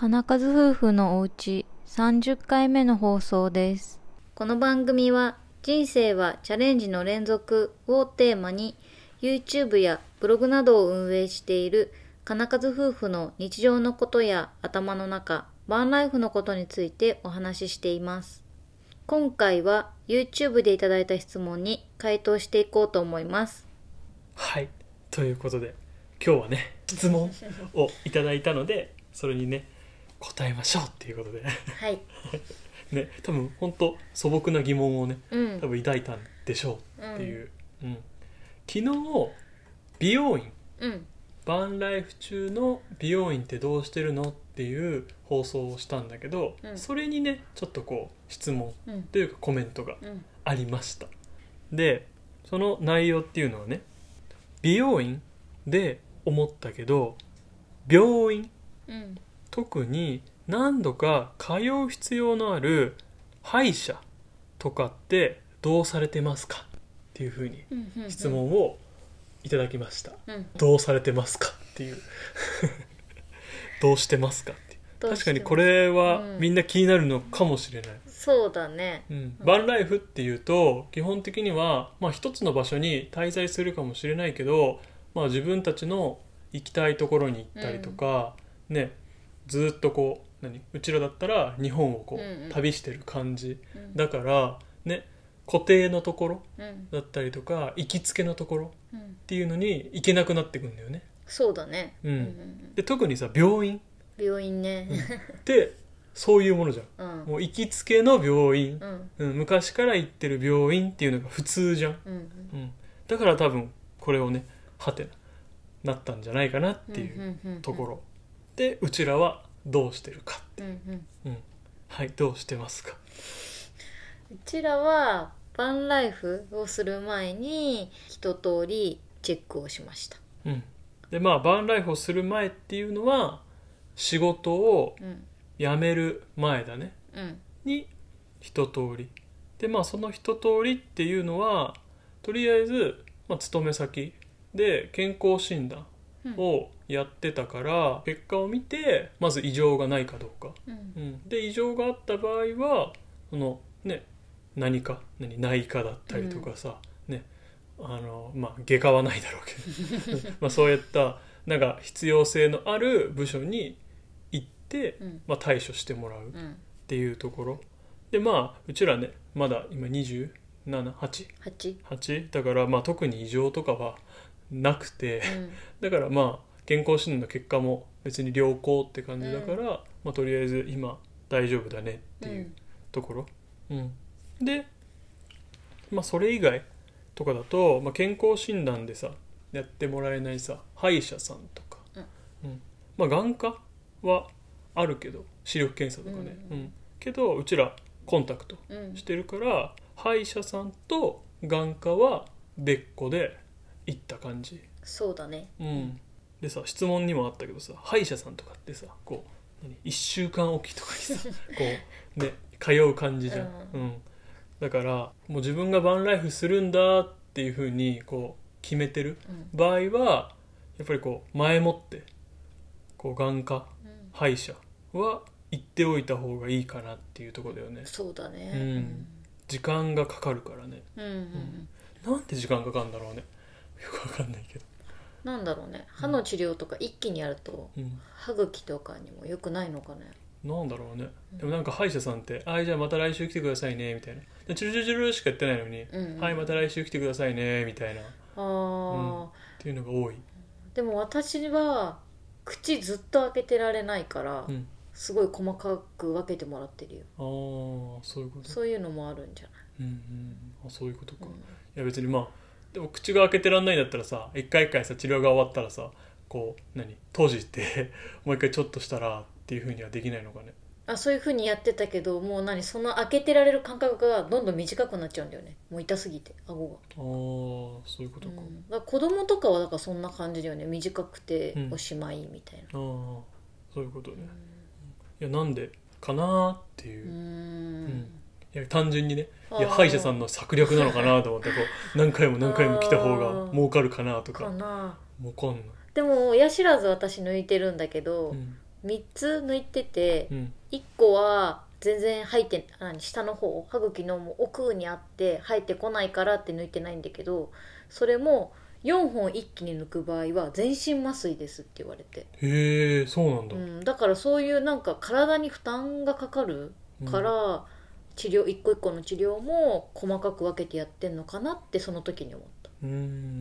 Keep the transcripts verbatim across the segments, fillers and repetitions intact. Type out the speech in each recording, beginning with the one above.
金数夫婦のおうちさんじゅっかいめの放送です。この番組は人生はチャレンジの連続をテーマに YouTube やブログなどを運営している金数夫婦の日常のことや頭の中、バンライフのことについてお話ししています。今回は YouTube でいただいた質問に回答していこうと思います。 はい、ということで今日はね質問をいただいたのでそれにね答えましょうっていうことではいね、多分本当素朴な疑問をね、 うん、 多分抱いたんでしょうっていう、うんうん、昨日美容院、 うん、 バンライフ中の美容院ってどうしてるのっていう放送をしたんだけど、うん、それにねちょっとこう質問というかコメントがありました、うん、でその内容っていうのはね、美容院で思ったけど病院、うん、特に何度か通う必要のある歯医者とかってどうされてますかっていうふうに質問をいただきました、うんうんうん、どうされてますかっていうどうしてますかっていう、確かにこれはみんな気になるのかもしれない、うん、 そうだね、 うん、バンライフっていうと基本的には、まあ、一つの場所に滞在するかもしれないけど、まあ、自分たちの行きたいところに行ったりとか、うん、ね、ずっとこう何うちらだったら日本をこう、うんうん、旅してる感じ、うん、だからね固定のところだったりとか、うん、行きつけのところっていうのに行けなくなってくんだよね。 そうだね、 うんうんうん、で特にさ病院病院ね、 うん、でそういうものじゃん、うん、もう行きつけの病院、うんうん、昔から行ってる病院っていうのが普通じゃん、うんうんうん、だから多分これをねはてななったんじゃないかなっていうところ、うんうんうんうん、でうちらはどうしてるかって、うんうんうん、はいどうしてますか。 うちらはバンライフをする前に一通りチェックをしました、 うん、でまあバンライフをする前っていうのは仕事を辞める前だね、うん、に一通りで、まあその一通りっていうのはとりあえず、まあ、勤め先で健康診断をやってたから、うん、結果を見てまず異常がないかどうか、うんうん、で異常があった場合はそのね何か何内科だったりとかさ、うん、ねあのまあ外科はないだろうけどまあそういったなんか必要性のある部署に行って、うんまあ、対処してもらうっていうところ、うん、でまあうちらねまだ今にじゅうなな、はち? はち? はちだからまあ特に異常とかはなくて、うん、だからまあ健康診断の結果も別に良好って感じだから、うんまあ、とりあえず今大丈夫だねっていうところ、うんうん、で、まあ、それ以外とかだと、まあ、健康診断でさやってもらえないさ歯医者さんとか、うんうんまあ、眼科はあるけど視力検査とかね、うんうん、けどうちらコンタクトしてるから、うん、歯医者さんと眼科は別個で行った感じ。 そうだね、 うん、でさ質問にもあったけどさ歯医者さんとかってさこう何いっしゅうかんおきとかにさこうね通う感じじゃん、うんうん、だからもう自分がバンライフするんだっていう風にこう決めてる場合はやっぱりこう前もってこう眼科、うん、歯医者は行っておいた方がいいかなっていうところだよね。 そうだね、 うんうん、時間がかかるからね、うんうんうん、なんで時間かかるんだろうねよくわかんないけどなんだろうね歯の治療とか一気にやると、うん、歯茎とかにも良くないのかね。 なんだろうね、うん、でもなんか歯医者さんってあじゃあまた来週来てくださいねみたいなでチュルチュルチュルしかやってないのに、うんうん、はいまた来週来てくださいねみたいなあ、うん、っていうのが多い。 でも私は口ずっと開けてられないから、うん、すごい細かく分けてもらってるよ。 ああそういうこと。 そういうのもあるんじゃない。 うんうん、あそういうことか、うん、いや別にまあでも口が開けてらんないんだったらさ一回一回さ治療が終わったらさこう何閉じてもう一回ちょっとしたらっていう風にはできないのかね。 あそういう風にやってたけどもう何その開けてられる間隔がどんどん短くなっちゃうんだよね。もう痛すぎて顎が。ああそういうことか、うん、 だから子供とかはだからそんな感じだよね。短くておしまいみたいな、 うん、ああそういうことね、うん、いやなんでかなっていう、うん、うん、いや単純にねいや歯医者さんの策略なのかなと思ってこう何回も何回も来た方が儲かるかなとかかな。もうかんない。 でも親知らず私抜いてるんだけど、うん、 みっつ抜いてて、 うん、 いっこは全然入って何下の方歯茎のもう奥にあって入ってこないからって抜いてないんだけど、それもよんほん一気に抜く場合は全身麻酔ですって言われて、 へえそうなんだ、 うん、だからそういうなんか体に負担がかかるから、うん、治療一個一個の治療も細かく分けてやってんのかなってその時に思った。 うーん、うん、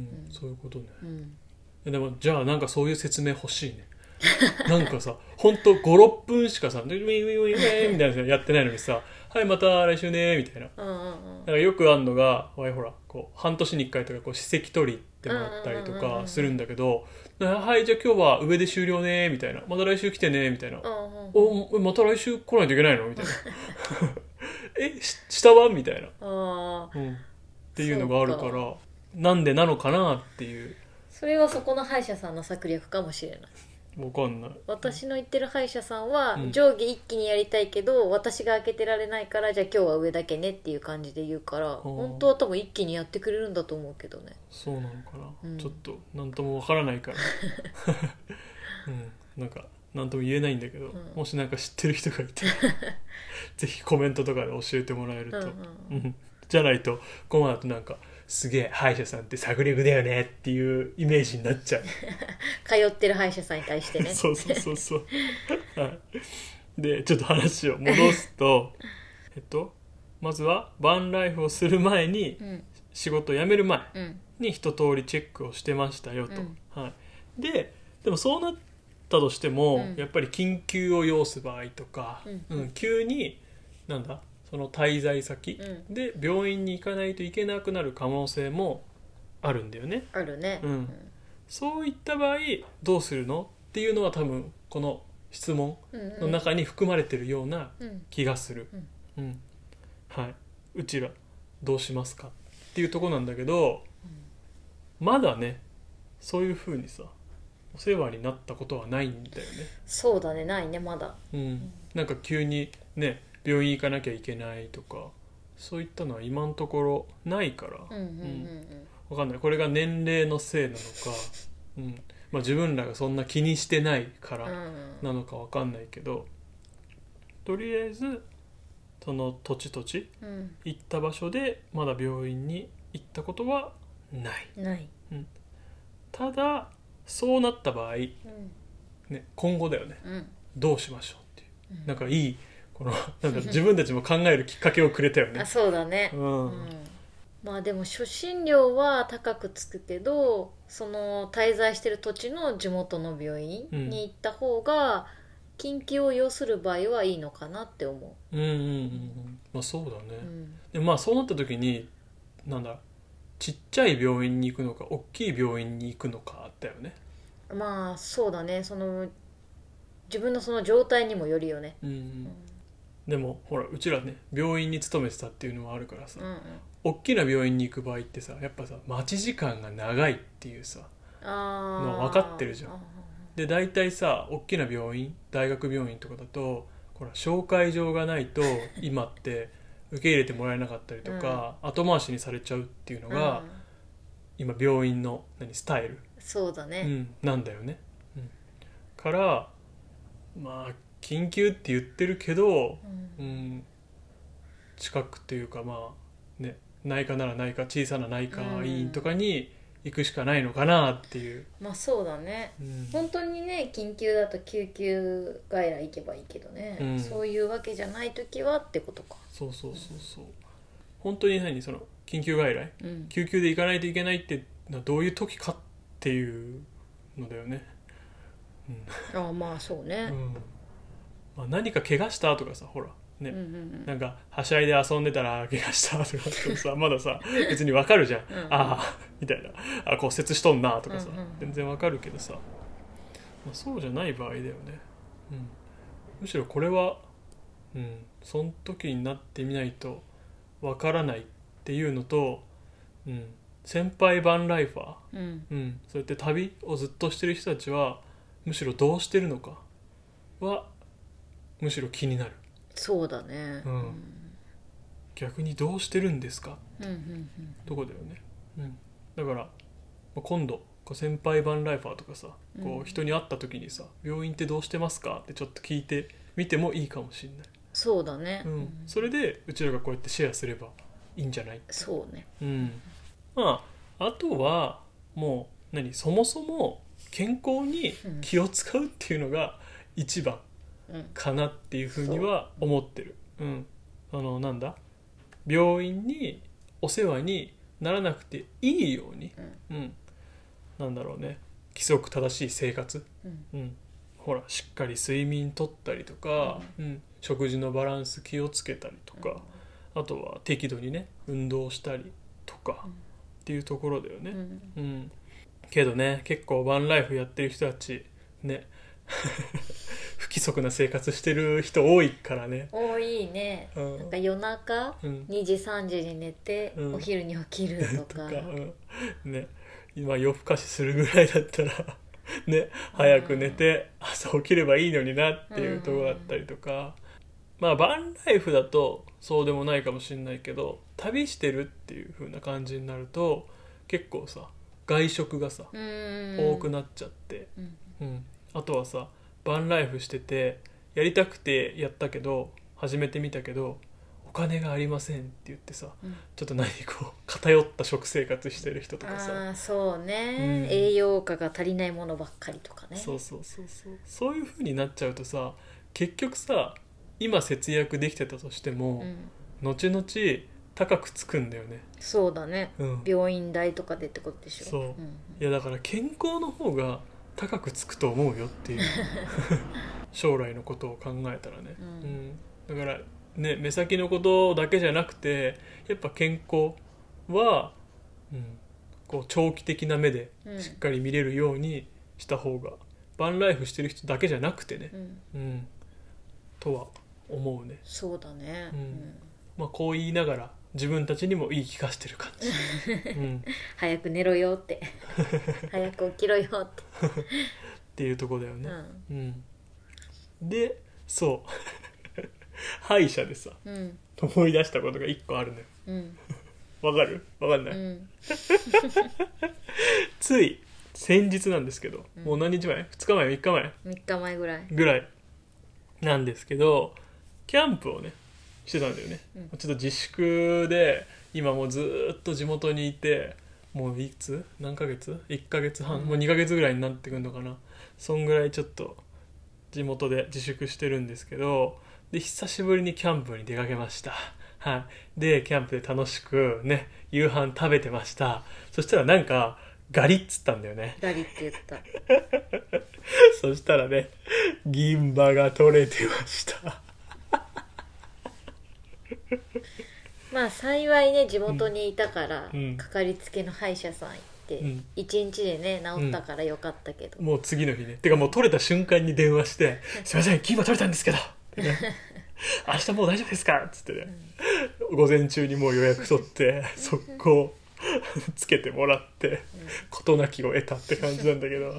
そういうことね、うん、でもじゃあなんかそういう説明欲しいねなんかさほんとごろっぷんしかさウィンウィンウィンウィンみたいなやってないのにさはいまた来週ねみたいな、うんうんうん、なんかよくあんのがほらこう半年にいっかいとかこう歯石取りってもらったりとかするんだけど、はいじゃあ今日は上で終了ねみたいな、また来週来てねみたいな、うんうん、おまた来週来ないといけないのみたいなえ下はみたいな、あ、うん、っていうのがあるからなんでなのかなっていう。 それはそこの歯医者さんの策略かもしれない。 わかんない。 私の言ってる歯医者さんは上下一気にやりたいけど、うん、私が開けてられないからじゃあ今日は上だけねっていう感じで言うから、本当は多分一気にやってくれるんだと思うけどね。 そうなのかな、うん、ちょっと何ともわからないから、うん、なんか何とも言えないんだけど、うん、もしなんか知ってる人がいてぜひコメントとかで教えてもらえると、うんうん、じゃないとこの後なんかすげえ歯医者さんって策略だよねっていうイメージになっちゃう通ってる歯医者さんに対してねそうそうそうそう、はい、でちょっと話を戻すとえっとまずはバンライフをする前に、うん、仕事を辞める前に一通りチェックをしてましたよと、うんはい、ででもそうなったとしても、うん、やっぱり緊急を要す場合とか、うんうん、急になんだその滞在先で病院に行かないといけなくなる可能性もあるんだよね。 あるね、 うんうん、そういった場合どうするのっていうのは多分この質問の中に含まれてるような気がする、うんうんうんはい、うちらどうしますかっていうところなんだけど、うん、まだねそういう風にさお世話になったことはないんだよね。 そうだねないねまだ、 うん、なんか急にね病院行かなきゃいけないとかそういったのは今のところないから、うんうんうんうん、分かんないこれが年齢のせいなのか、うんまあ、自分らがそんな気にしてないからなのか分かんないけど、とりあえずその土地土地、うん、行った場所でまだ病院に行ったことはない、 ないうん、ただそうなった場合、うんね、今後だよね、うん、どうしましょうっていう、うん、なんかいいこのなんか自分たちも考えるきっかけをくれたよねあそうだね、うんうん、まあでも初診料は高くつくけどその滞在してる土地の地元の病院に行った方が緊急を要する場合はいいのかなって思う。うんうんうんうんまあそうだね、うん、でまあそうなった時になんだちっちゃい病院に行くのか大きい病院に行くのかだよね。 まあそうだねその自分のその状態にもよるよね、うんうんうんでもほらうちらね病院に勤めてたっていうのもあるからさ、うんうん、大きな病院に行く場合ってさやっぱさ待ち時間が長いっていうさの分かってるじゃん。で大体さ大きな病院大学病院とかだとほら紹介状がないと今って受け入れてもらえなかったりとか、うん、後回しにされちゃうっていうのが、うん、今病院の何スタイルそうだね、 うん、なんだよね、うん、からまあ緊急って言ってるけど、うんうん、近くっていうかまあね内科なら内科小さな内科医院とかに行くしかないのかなっていう、 うん、まあそうだね、うん、本当にね緊急だと救急外来行けばいいけどね、うん、そういうわけじゃない時はってことか。 そうそうそうそう、うん、本当に何その緊急外来、うん、救急で行かないといけないってどういう時かっていうのだよね、 うん、ああまあそうね、うんまあ、何か怪我したとかさほらね、うんうんうん、なんかはしゃいで遊んでたら怪我したとかってさまださ別にわかるじゃん、うんうん、ああみたいなあ骨折しとんなとかさ、うんうん、全然わかるけどさ、まあ、そうじゃない場合だよね、うん、むしろこれは、うん、その時になってみないとわからないっていうのと、うん、先輩バンライファー、うんうん、そうやって旅をずっとしてる人たちはむしろどうしてるのかはむしろ気になる。 そうだね、うん、 逆にどうしてるんですかって、うんうんうん、とこだよね、うん、だから今度こう先輩バンライファーとかさ、こう人に会った時にさ、うん、病院ってどうしてますかってちょっと聞いてみてもいいかもしれない。 そうだね、 うん、それでうちらがこうやってシェアすればいいんじゃない？ そうね、 うん、まああとはもう何そもそも健康に気を使うっていうのが一番かなっていうふうには思ってる。うん、あのなんだ病院にお世話にならなくていいように、うんうん、なんだろうね規則正しい生活、うんうん、ほらしっかり睡眠とったりとか、うんうん、食事のバランス気をつけたりとか、うん、あとは適度にね運動したりとか、うん、っていうところだよね、うんうん、けどね結構バンライフやってる人たちね不規則な生活してる人多いからね。 多いね、うん、なんか夜中、うん、にじさんじに寝て、うん、お昼に起きるとか、とかうん、ね今夜更かしするぐらいだったらね早く寝て朝起きればいいのになっていうところだったりとか、まあバンライフだとそうでもないかもしれないけど旅してるっていう風な感じになると結構さ外食がさ多くなっちゃって、うんうん、あとはさバンライフしててやりたくてやったけど始めてみたけどお金がありませんって言ってさ、うん、ちょっと何こう偏った食生活してる人とかさ、 あそうね、うん、栄養価が足りないものばっかりとかね。 そうそうそうそうそういう風になっちゃうとさ結局さ今節約できてたとしても、うん、後々高くつくんだよね。 そうだね、うん、病院代とかでってことでしょ。 そう、うん、いやだから健康の方が高くつくと思うよっていう将来のことを考えたらね、うんうん、だからね目先のことだけじゃなくてやっぱ健康は、うん、こう長期的な目でしっかり見れるようにした方が、うん、バンライフしてる人だけじゃなくてね、うんうん、とは思うね。 そうだね、 うんうん、まあこう言いながら自分たちにも言い聞かせてる感じ、 うん、早く寝ろよって早く起きろよってっていうとこだよね、うんうん、でそう歯医者でさ、うん、思い出したことが一個あるのよ、うん、わかる？わかんない、うん、つい先日なんですけど、うん、もう何日前？ふつかまえ？みっかまえ？ みっかまえぐらいぐらいなんですけどキャンプをねしてたんだよね、うん、ちょっと自粛で今もうずっと地元にいてもういつ何ヶ月いっかげつはん、うん、もうにかげつぐらいになってくるのかな。そんぐらいちょっと地元で自粛してるんですけどで久しぶりにキャンプに出かけました。はい、でキャンプで楽しくね夕飯食べてました。そしたらなんかガリッつったんだよね。 ガリって言ったそしたらね銀歯が取れてましたまあ幸いね地元にいたから、うん、かかりつけの歯医者さん行っていちにちでね治ったからよかったけど、 うん、もう次の日ねてかもう取れた瞬間に電話してすいません銀歯取れたんですけどってね明日もう大丈夫ですかっつってね、うん、午前中にもう予約取って速攻つけてもらって事なきを得たって感じなんだけど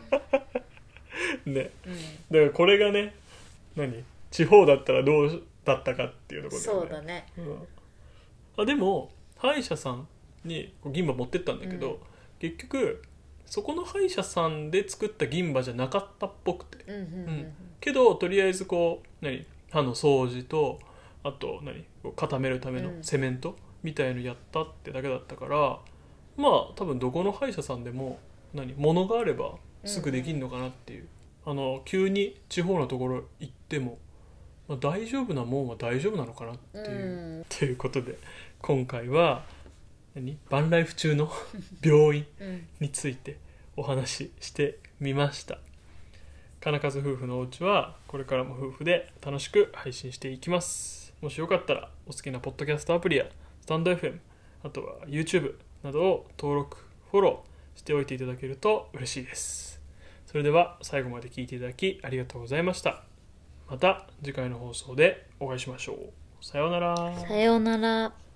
ね、うん、だからこれがね何地方だったらどうだったかっていうところだよね。 そうだね、 うん、あでも歯医者さんに銀歯持ってったんだけど、うん、結局そこの歯医者さんで作った銀歯じゃなかったっぽくて、うんうんうんうん、けどとりあえずこう何歯の掃除とあと何固めるためのセメントみたいのやったってだけだったから、うん、まあ多分どこの歯医者さんでも何物があればすぐできるのかなっていう、うんうん、あの急に地方のところ行ってもまあ、大丈夫なもんは大丈夫なのかなっていう、うん、ということで今回は何バンライフ中の病院についてお話ししてみました。金数夫婦のお家はこれからも夫婦で楽しく配信していきます。もしよかったらお好きなポッドキャストアプリやスタンド エフエム あとは YouTube などを登録フォローしておいていただけると嬉しいです。それでは最後まで聞いていただきありがとうございました。また次回の放送でお会いしましょう。さようなら。 さようなら。